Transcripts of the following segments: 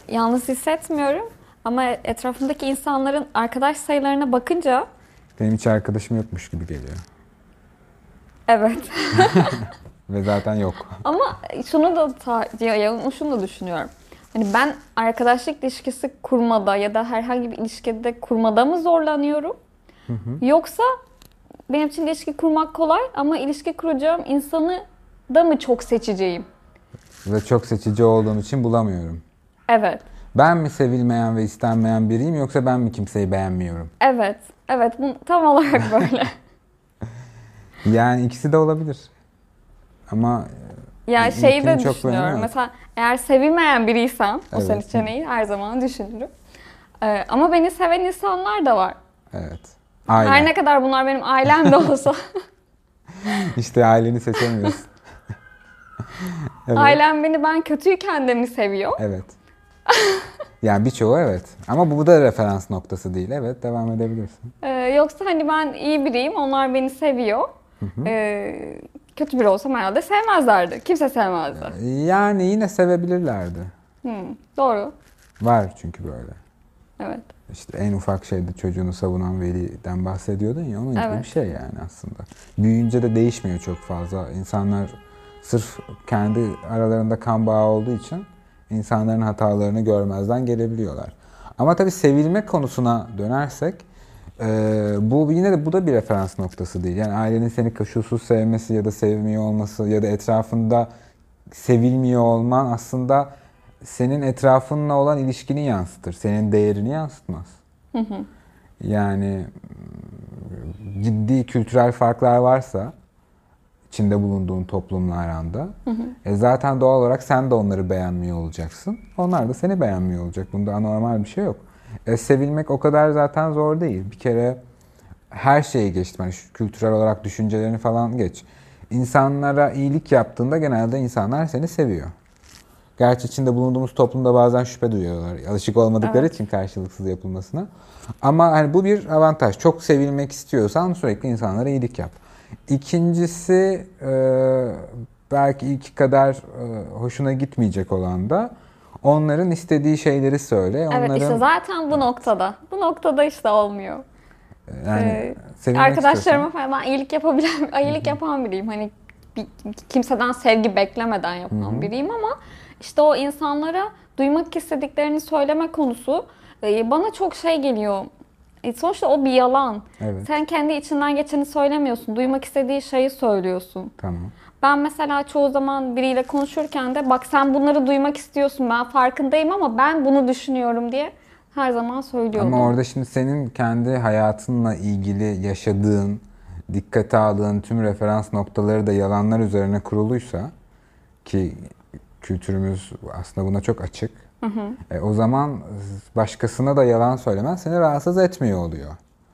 yalnız hissetmiyorum. Ama etrafımdaki insanların arkadaş sayılarına bakınca... Benim hiç arkadaşım yokmuş gibi geliyor. Evet. Ve zaten yok. Ama şunu da düşünüyorum. Hani ben arkadaşlık ilişkisi kurmada ya da herhangi bir ilişkide kurmada mı zorlanıyorum? Yoksa benim için ilişki kurmak kolay ama ilişki kuracağım insanı da mı çok seçeceğim? Ve çok seçici olduğum için bulamıyorum. Evet. Ben mi sevilmeyen ve istenmeyen biriyim yoksa ben mi kimseyi beğenmiyorum? Evet. Evet. Tam olarak böyle. Yani ikisi de olabilir. Ama ya şeyi de çok düşünüyorum. Mesela eğer sevilmeyen biriysem o evet. seçeneği her zaman düşünürüm. Ama beni seven insanlar da var. Evet. Aile. Her ne kadar bunlar benim ailem de olsa. İşte aileni seçemiyorsun. Evet. Ailem ben kötüyken de mi seviyor? Evet. Yani birçoğu evet. Ama bu da referans noktası değil. Evet, devam edebilirsin. Yoksa hani ben iyi biriyim, onlar beni seviyor. Kötü biri olsam herhalde sevmezlerdi. Kimse sevmezdi. Yani yine sevebilirlerdi. Doğru. Var çünkü böyle. Evet. İşte en ufak şeyde çocuğunu savunan veliden bahsediyordun ya, onun gibi bir şey yani aslında. Büyüyünce de değişmiyor çok fazla. İnsanlar sırf kendi aralarında kan bağı olduğu için insanların hatalarını görmezden gelebiliyorlar. Ama tabii sevilme konusuna dönersek bu yine de bu da bir referans noktası değil. Yani ailenin seni koşulsuz sevmesi ya da sevmiyor olması ya da etrafında sevilmiyor olman aslında senin etrafınla olan ilişkini yansıtır. Senin değerini yansıtmaz. Yani ciddi kültürel farklar varsa içinde bulunduğun toplumla aranda zaten doğal olarak sen de onları beğenmiyor olacaksın. Onlar da seni beğenmiyor olacak. Bunda anormal bir şey yok. Sevilmek o kadar zaten zor değil. Bir kere her şeyi geçtim. Yani kültürel olarak düşüncelerini falan geç. İnsanlara iyilik yaptığında genelde insanlar seni seviyor. Gerçi içinde bulunduğumuz toplumda bazen şüphe duyuyorlar. Alışık olmadıkları için karşılıksız yapılmasına. Ama hani bu bir avantaj. Çok sevilmek istiyorsan sürekli insanlara iyilik yap. İkincisi belki ilki kadar hoşuna gitmeyecek olan da onların istediği şeyleri söyle. Evet, onların... işte zaten bu noktada. Bu noktada işte olmuyor. Yani arkadaşlarıma falan ben iyilik yapan biriyim. Hani kimseden sevgi beklemeden yapan biriyim ama işte o insanlara duymak istediklerini söyleme konusu bana çok şey geliyor. Sonuçta o bir yalan. Evet. Sen kendi içinden geçeni söylemiyorsun. Duymak istediği şeyi söylüyorsun. Tamam. Ben mesela çoğu zaman biriyle konuşurken de bak sen bunları duymak istiyorsun, ben farkındayım ama ben bunu düşünüyorum diye her zaman söylüyorum. Ama orada şimdi senin kendi hayatınla ilgili yaşadığın, dikkate aldığın tüm referans noktaları da yalanlar üzerine kuruluysa ki kültürümüz aslında buna çok açık. O zaman başkasına da yalan söylemen seni rahatsız etmiyor oluyor.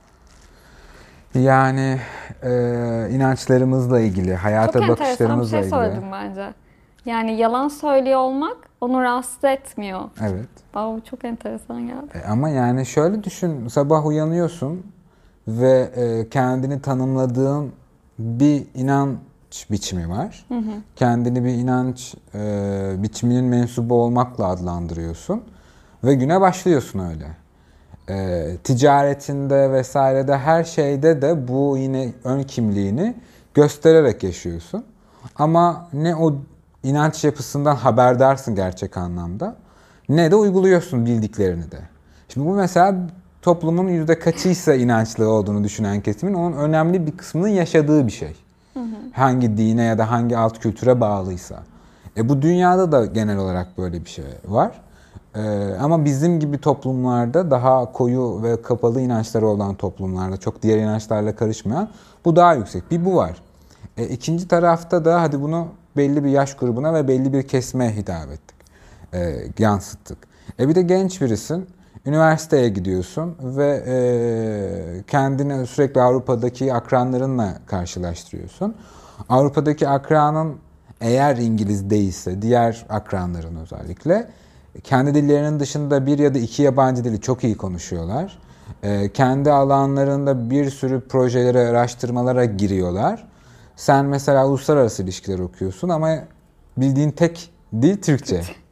Yani inançlarımızla ilgili, hayata bakışlarımızla ilgili. Çok enteresan bir şey söyledim bence. Yani yalan söylüyor olmak onu rahatsız etmiyor. Evet. Bu çok enteresan geldi. Ama yani şöyle düşün, sabah uyanıyorsun ve kendini tanımladığın bir inanç biçimi var. Kendini bir inanç biçiminin mensubu olmakla adlandırıyorsun ve güne başlıyorsun öyle. Ticaretinde vesairede her şeyde de bu yine ön kimliğini göstererek yaşıyorsun. Ama ne o inanç yapısından haberdarsın gerçek anlamda ne de uyguluyorsun bildiklerini de. Şimdi bu mesela toplumun yüzde kaçıysa inançlı olduğunu düşünen kesimin onun önemli bir kısmının yaşadığı bir şey. Hangi dine ya da hangi alt kültüre bağlıysa. Bu dünyada da genel olarak böyle bir şey var. Ama bizim gibi toplumlarda daha koyu ve kapalı inançları olan toplumlarda çok diğer inançlarla karışmayan bu daha yüksek. Bir bu var. İkinci tarafta da hadi bunu belli bir yaş grubuna ve belli bir kesime hitap ettik. Yansıttık. Bir de genç birisin. Üniversiteye gidiyorsun ve kendini sürekli Avrupa'daki akranlarınla karşılaştırıyorsun. Avrupa'daki akranın eğer İngiliz değilse, diğer akranların özellikle kendi dillerinin dışında bir ya da iki yabancı dili çok iyi konuşuyorlar. Kendi alanlarında bir sürü projelere, araştırmalara giriyorlar. Sen mesela uluslararası ilişkiler okuyorsun ama bildiğin tek dil Türkçe.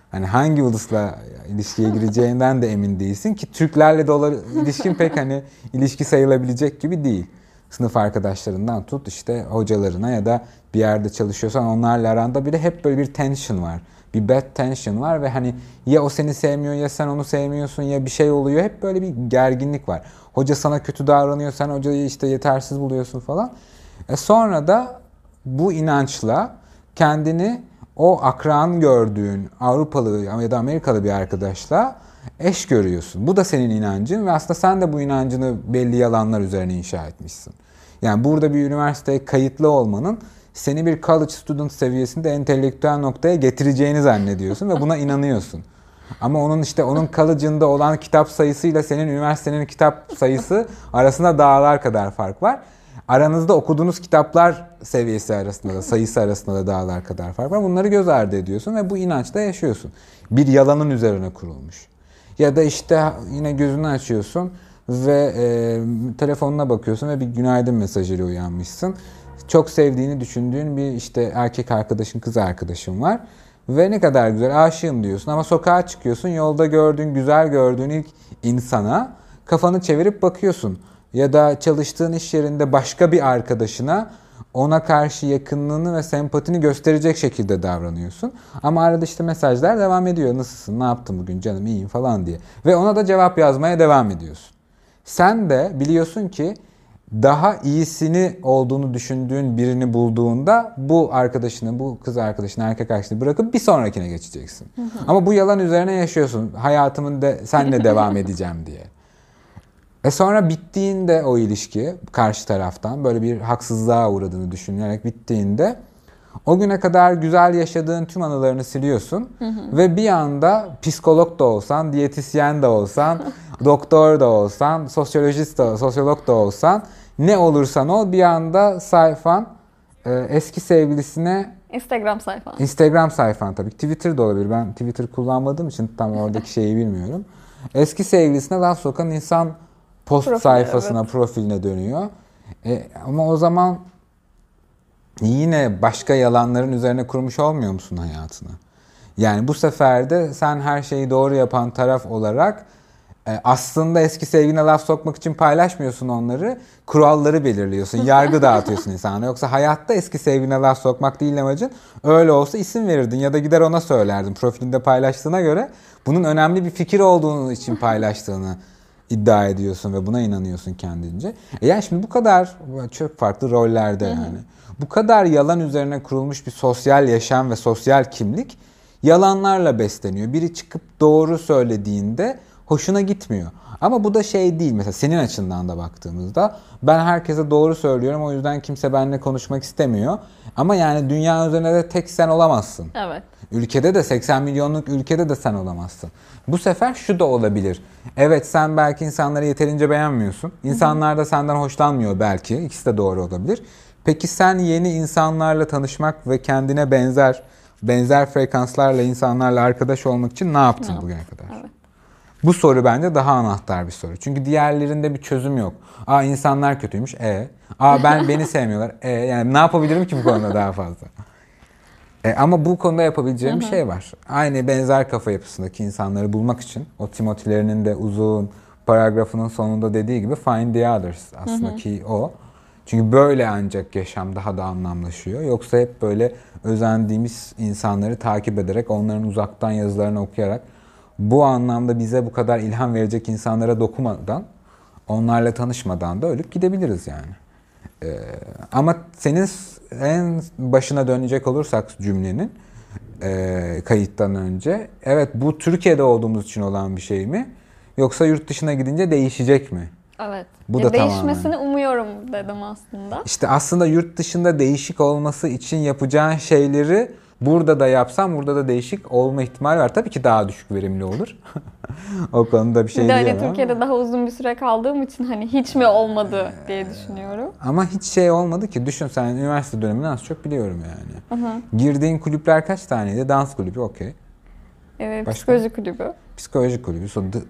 Hani hangi ulusla ilişkiye gireceğinden de emin değilsin ki Türklerle de ilişkin pek hani ilişki sayılabilecek gibi değil. Sınıf arkadaşlarından tut işte hocalarına ya da bir yerde çalışıyorsan onlarla aranda bile hep böyle bir tension var. Bir bad tension var ve hani ya o seni sevmiyor ya sen onu sevmiyorsun ya bir şey oluyor. Hep böyle bir gerginlik var. Hoca sana kötü davranıyor, sen hocayı işte yetersiz buluyorsun falan. Sonra da bu inançla kendini o akran gördüğün Avrupalı ya da Amerikalı bir arkadaşla eş görüyorsun. Bu da senin inancın ve aslında sen de bu inancını belli yalanlar üzerine inşa etmişsin. Yani burada bir üniversiteye kayıtlı olmanın seni bir college student seviyesinde entelektüel noktaya getireceğini zannediyorsun ve buna inanıyorsun. Ama onun college'ında olan kitap sayısıyla senin üniversitenin kitap sayısı arasında dağlar kadar fark var. Aranızda okuduğunuz kitaplar seviyesi arasında da, sayısı arasında da dağlar kadar fark var. Bunları göz ardı ediyorsun ve bu inançta yaşıyorsun. Bir yalanın üzerine kurulmuş. Ya da işte yine gözünü açıyorsun ve telefonuna bakıyorsun ve bir günaydın mesajıyla uyanmışsın. Çok sevdiğini düşündüğün bir işte erkek arkadaşın, kız arkadaşın var. Ve ne kadar güzel, aşığım diyorsun ama sokağa çıkıyorsun, yolda güzel gördüğün ilk insana kafanı çevirip bakıyorsun. Ya da çalıştığın iş yerinde başka bir arkadaşına ona karşı yakınlığını ve sempatini gösterecek şekilde davranıyorsun. Ama arada işte mesajlar devam ediyor. Nasılsın, ne yaptın bugün canım, iyiyim falan diye. Ve ona da cevap yazmaya devam ediyorsun. Sen de biliyorsun ki daha iyisini olduğunu düşündüğün birini bulduğunda bu arkadaşını, bu kız arkadaşını, erkek arkadaşını bırakıp bir sonrakine geçeceksin. Ama bu yalan üzerine yaşıyorsun. Hayatımın senle devam edeceğim diye. Sonra bittiğinde o ilişki karşı taraftan böyle bir haksızlığa uğradığını düşünerek bittiğinde o güne kadar güzel yaşadığın tüm anılarını siliyorsun. Ve bir anda psikolog da olsan, diyetisyen de olsan, doktor da olsan, sosyolog da olsan ne olursan ol bir anda sayfan eski sevgilisine Instagram sayfan tabii. Twitter de olabilir. Ben Twitter kullanmadığım için tam oradaki şeyi bilmiyorum. Eski sevgilisine laf sokan insan sayfasına, profiline dönüyor. Ama o zaman yine başka yalanların üzerine kurmuş olmuyor musun hayatını? Yani bu sefer de sen her şeyi doğru yapan taraf olarak aslında eski sevgiline laf sokmak için paylaşmıyorsun onları. Kuralları belirliyorsun. Yargı dağıtıyorsun insana. Yoksa hayatta eski sevgiline laf sokmak değil amacın. Öyle olsa isim verirdin ya da gider ona söylerdin. Profilinde paylaştığına göre bunun önemli bir fikir olduğunu için paylaştığını iddia ediyorsun ve buna inanıyorsun kendince. Yani şimdi bu kadar çok farklı rollerde yani. Bu kadar yalan üzerine kurulmuş bir sosyal yaşam ve sosyal kimlik yalanlarla besleniyor. Biri çıkıp doğru söylediğinde hoşuna gitmiyor. Ama bu da şey değil mesela senin açından da baktığımızda ben herkese doğru söylüyorum o yüzden kimse benimle konuşmak istemiyor. Ama yani dünya üzerinde de tek sen olamazsın. Evet. Ülkede de 80 milyonluk ülkede de sen olamazsın. Bu sefer şu da olabilir. Evet sen belki insanları yeterince beğenmiyorsun. İnsanlar da senden hoşlanmıyor belki. İkisi de doğru olabilir. Peki sen yeni insanlarla tanışmak ve kendine benzer frekanslarla insanlarla arkadaş olmak için ne yaptın bugüne kadar? Evet. Bu soru bence daha anahtar bir soru. Çünkü diğerlerinde bir çözüm yok. İnsanlar kötüymüş. Beni sevmiyorlar. Yani ne yapabilirim ki bu konuda daha fazla? Ama bu konuda yapabileceğim bir şey var. Aynı benzer kafa yapısındaki insanları bulmak için o Timothy'lerinin de uzun paragrafının sonunda dediği gibi find the others aslında ki o. Çünkü böyle ancak yaşam daha da anlamlaşıyor. Yoksa hep böyle özendiğimiz insanları takip ederek onların uzaktan yazılarını okuyarak bu anlamda bize bu kadar ilham verecek insanlara dokunmadan, onlarla tanışmadan da ölüp gidebiliriz yani. Ama senin en başına dönecek olursak cümlenin kayıttan önce, evet bu Türkiye'de olduğumuz için olan bir şey mi? Yoksa yurt dışına gidince değişecek mi? Evet. Bu da değişmesini tamamen. umuyorum dedim aslında. İşte aslında yurt dışında değişik olması için yapacağın şeyleri burada da yapsam burada da değişik olma ihtimali var. Tabii ki daha düşük verimli olur. O konuda bir şey diyemem. Türkiye'de daha uzun bir süre kaldığım için hani hiç mi olmadı diye düşünüyorum. Ama hiç şey olmadı ki. Düşün sen üniversite dönemini az çok biliyorum yani. Girdiğin kulüpler kaç taneydi? Dans kulübü okey. Evet, psikoloji kulübü. Psikoloji kulübü.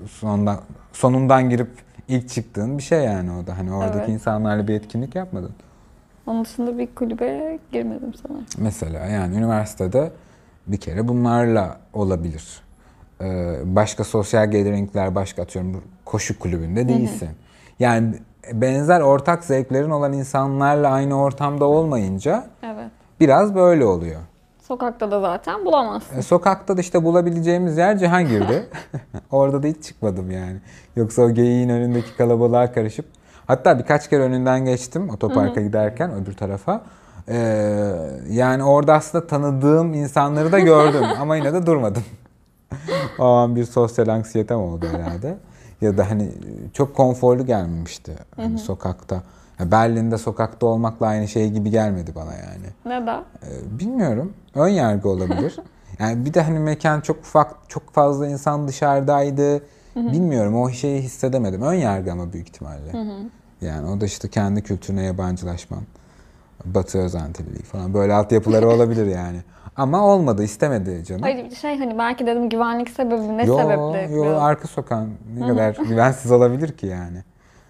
Sonundan girip ilk çıktığın bir şey yani o da. Hani oradaki insanlarla bir etkinlik yapmadın. Onun dışında bir kulübe girmedim sanırım. Mesela yani üniversitede Bir kere bunlarla olabilir. Başka sosyal gatheringler, başka atıyorum koşu kulübünde değilsin. Yani benzer ortak zevklerin olan insanlarla aynı ortamda olmayınca Evet. biraz böyle oluyor. Sokakta da zaten bulamazsın. Sokakta da işte bulabileceğimiz yer Cihangir'de. Orada da hiç çıkmadım yani. Yoksa o geyiğin önündeki kalabalığa karışıp hatta birkaç kere önünden geçtim otoparka giderken öbür tarafa. Yani orada aslında tanıdığım insanları da gördüm ama yine de durmadım. O an bir sosyal anksiyetem oldu herhalde. Ya da hani çok konforlu gelmemişti hani sokakta. Berlin'de sokakta olmakla aynı şey gibi gelmedi bana yani. Neden? Bilmiyorum. Ön yargı olabilir. Yani bir de hani mekan çok ufak, çok fazla insan dışarıdaydı. Bilmiyorum, o şeyi hissedemedim. Ön yargı ama büyük ihtimalle. Yani o da işte kendi kültürüne yabancılaşman, Batı özentililiği falan böyle altyapıları olabilir yani. Ama olmadı, istemedi canım. Hayır hani belki dedim güvenlik sebebi ne Yo, sebeple? yo, arka sokağın ne kadar güvensiz olabilir ki yani.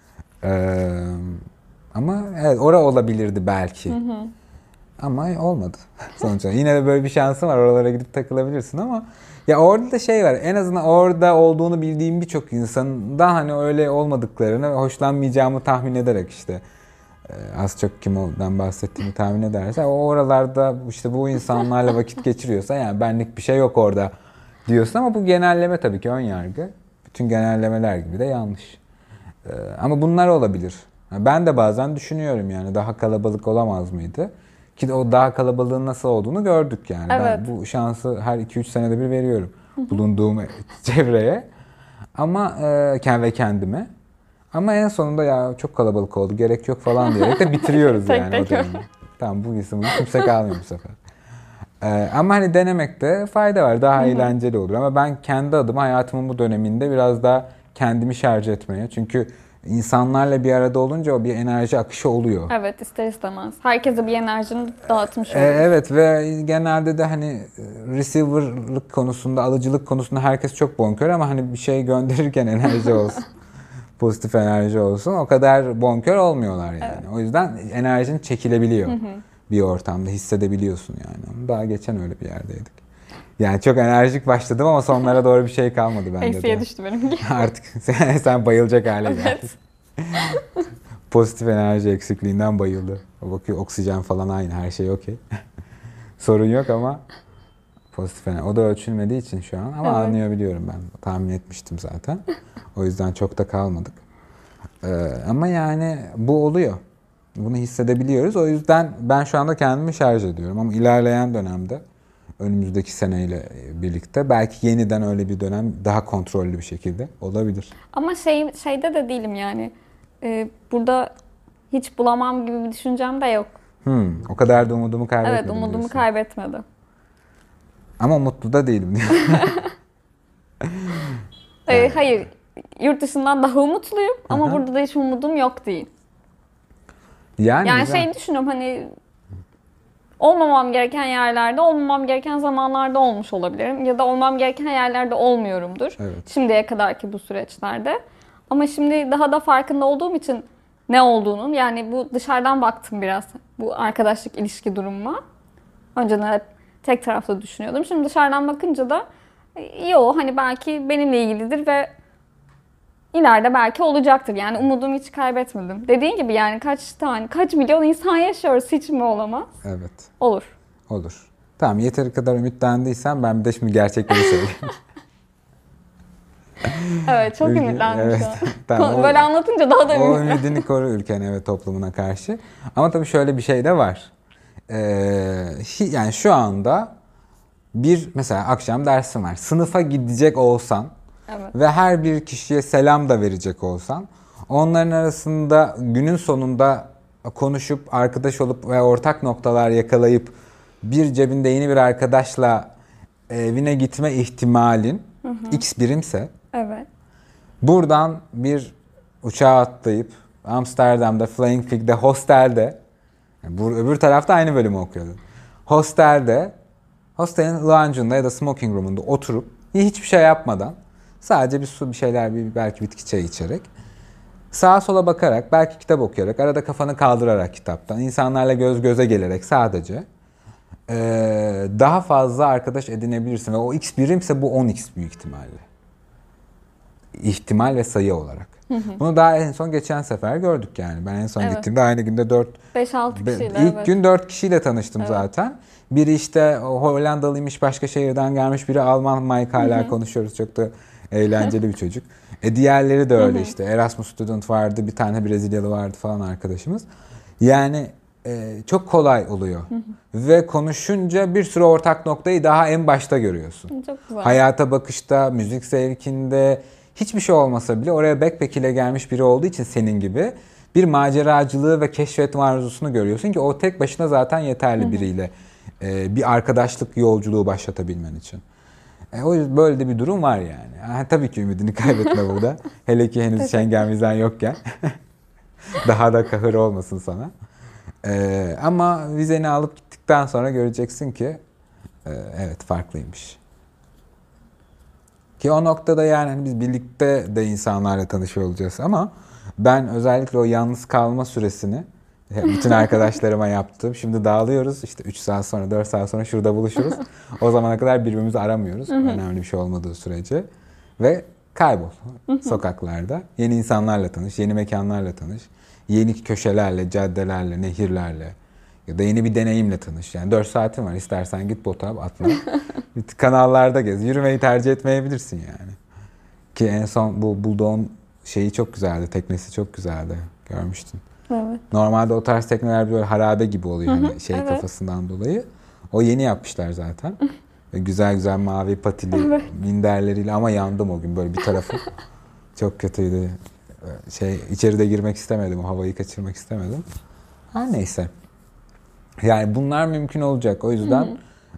Ama evet, olabilirdi belki. Ama olmadı sonuçta. Yine de böyle bir şansın var. Oralara gidip takılabilirsin ama ya orada da şey var. En azından orada olduğunu bildiğim birçok insanın da hani öyle olmadıklarını, hoşlanmayacağımı tahmin ederek işte az çok kimden bahsettiğimi tahmin edersen o oralarda işte bu insanlarla vakit geçiriyorsa yani benlik bir şey yok orada diyorsun ama bu genelleme tabii ki ön yargı. Bütün genellemeler gibi de yanlış. Ama bunlar olabilir. Ben de bazen düşünüyorum yani daha kalabalık olamaz mıydı? Ki o daha kalabalığın nasıl olduğunu gördük yani. Evet. Ben bu şansı her 2-3 senede bir veriyorum bulunduğum çevreye. Ama ve kendime. Ama en sonunda ya çok kalabalık oldu, gerek yok falan diyerek de bitiriyoruz Tek yani tek o dönemi. Tamam, bu kimse kalmıyor bu sefer. Ama hani denemekte fayda var. Daha eğlenceli olur. Ama ben kendi adıma hayatımın bu döneminde biraz daha kendimi şarj etmeye. Çünkü insanlarla bir arada olunca o bir enerji akışı oluyor. Evet, ister istemez. Herkese bir enerjini dağıtmış oluyor. Evet ve genelde de hani receiver'lık konusunda, alıcılık konusunda herkes çok bonkör ama hani bir şey gönderirken enerji olsun. Pozitif enerji olsun. O kadar bonkör olmuyorlar yani. Evet. O yüzden enerjin çekilebiliyor. Bir ortamda hissedebiliyorsun yani. Daha geçen öyle bir yerdeydik. Yani çok enerjik başladım ama sonlara doğru bir şey kalmadı bende de. Eksiye düştü benimki. Artık sen bayılacak hale geldin. Evet. Pozitif enerji eksikliğinden bayıldı. O bakıyor oksijen falan aynı, her şey okey. Sorun yok ama pozitif enerji. O da ölçülmediği için şu an ama Evet. anlayabiliyorum ben. Tahmin etmiştim zaten. O yüzden çok da kalmadık. Ama yani bu oluyor. Bunu hissedebiliyoruz. O yüzden ben şu anda kendimi şarj ediyorum. Ama ilerleyen dönemde önümüzdeki seneyle birlikte belki yeniden öyle bir dönem daha kontrollü bir şekilde olabilir. Ama şeyde de değilim yani. Burada hiç bulamam gibi bir düşüncem de yok. O kadar da umudumu kaybetmedim. Evet, umudumu diyorsun. kaybetmedim. Ama mutlu da değilim. Hayır, yurt dışından daha umutluyum ama Aha. burada da hiç umudum yok değil. Yani güzel. düşünüyorum hani olmamam gereken yerlerde, olmamam gereken zamanlarda olmuş olabilirim. Ya da olmam gereken yerlerde olmuyorumdur. Evet. Şimdiye kadarki bu süreçlerde. Ama şimdi daha da farkında olduğum için ne olduğunun, yani bu dışarıdan baktım biraz bu arkadaşlık ilişki durumuma. Önceden hep tek taraflı düşünüyordum. Şimdi dışarıdan bakınca da yo hani belki benimle ilgilidir ve ileride belki olacaktır. Yani umudumu hiç kaybetmedim. Dediğin gibi yani kaç milyon insan yaşıyoruz, hiç mi olamaz? Evet. Olur. Olur. Tamam, yeteri kadar ümitlendiysen ben bir de şimdi gerçekleri söyleyeyim. Evet, çok ümitlendim Evet, şu an. tamam. Böyle anlatınca daha da O ümitlendim. ümidini koru ülkene ve toplumuna karşı. Ama tabii şöyle bir şey de var. Yani şu anda mesela akşam dersim var. Sınıfa gidecek olsan Evet. ve her bir kişiye selam da verecek olsan, onların arasında günün sonunda konuşup, arkadaş olup ve ortak noktalar yakalayıp bir cebinde yeni bir arkadaşla evine gitme ihtimalin X birimse, Evet. buradan bir uçağa atlayıp Amsterdam'da, Flying Fig'de, hostelde, yani öbür tarafta aynı bölümü okuyordun. Hostelin lounge'unda ya da smoking room'unda oturup hiçbir şey yapmadan sadece bir su, bir şeyler, belki bitki çayı içerek, sağa sola bakarak, belki kitap okuyarak, arada kafanı kaldırarak kitaptan, insanlarla göz göze gelerek sadece daha fazla arkadaş edinebilirsin. Ve o x birimse bu 10x büyük ihtimalle. İhtimal ve sayı olarak. Bunu daha en son geçen sefer gördük yani. Ben en son gittiğimde aynı günde 5-6 kişiyle. İlk gün 4 kişiyle tanıştım zaten. Biri işte Hollandalıymış, başka şehirden gelmiş. Biri Alman, Mike hala konuşuyoruz. Çok da eğlenceli bir çocuk. Diğerleri de öyle işte. Erasmus student vardı, bir tane Brezilyalı vardı falan arkadaşımız. Yani çok kolay oluyor. Ve konuşunca bir sürü ortak noktayı daha en başta görüyorsun. Çok güzel. Hayata bakışta, müzik zevkinde, hiçbir şey olmasa bile oraya backpack ile gelmiş biri olduğu için senin gibi bir maceracılığı ve keşfetme arzusunu görüyorsun ki o tek başına zaten yeterli biriyle bir arkadaşlık yolculuğu başlatabilmen için. O yüzden böyle de bir durum var yani. Tabii ki ümidini kaybetme burada. Hele ki henüz Schengen vizen yokken. Daha da kahır olmasın sana. Ama vizeni alıp gittikten sonra göreceksin ki evet farklıymış. Ki o noktada yani hani biz birlikte de insanlarla tanışıyor olacağız ama ben özellikle o yalnız kalma süresini bütün arkadaşlarıma yaptım. Şimdi dağılıyoruz işte 3 saat sonra 4 saat sonra şurada buluşuruz. O zamana kadar birbirimizi aramıyoruz. Önemli bir şey olmadığı sürece. Ve kaybol sokaklarda. Yeni insanlarla tanış, yeni mekanlarla tanış. Yeni köşelerle, caddelerle, nehirlerle ya da yeni bir deneyimle tanış. Yani 4 saatin var. İstersen git bota atla. Kanallarda gez. Yürümeyi tercih etmeyebilirsin yani. Ki en son bu bulduğun şeyi çok güzeldi. Teknesi çok güzeldi. Görmüştün. Evet. Normalde o tarz tekneler böyle harabe gibi oluyor hani kafasından dolayı. O yeni yapmışlar zaten. Güzel güzel mavi patili minderleriyle ama yandım o gün böyle bir tarafım. Çok kötüydü. İçeride girmek istemedim. O havayı kaçırmak istemedim. Her neyse. Yani bunlar mümkün olacak. O yüzden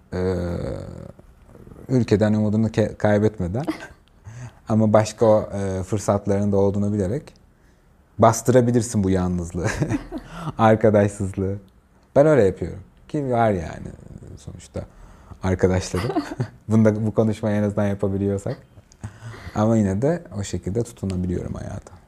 ülkeden umudunu kaybetmeden ama başka fırsatların da olduğunu bilerek bastırabilirsin bu yalnızlığı. Arkadaşsızlığı. Ben öyle yapıyorum. Ki var yani sonuçta arkadaşlarım. Bu konuşmayı en azından yapabiliyorsak. Ama yine de o şekilde tutunabiliyorum hayata.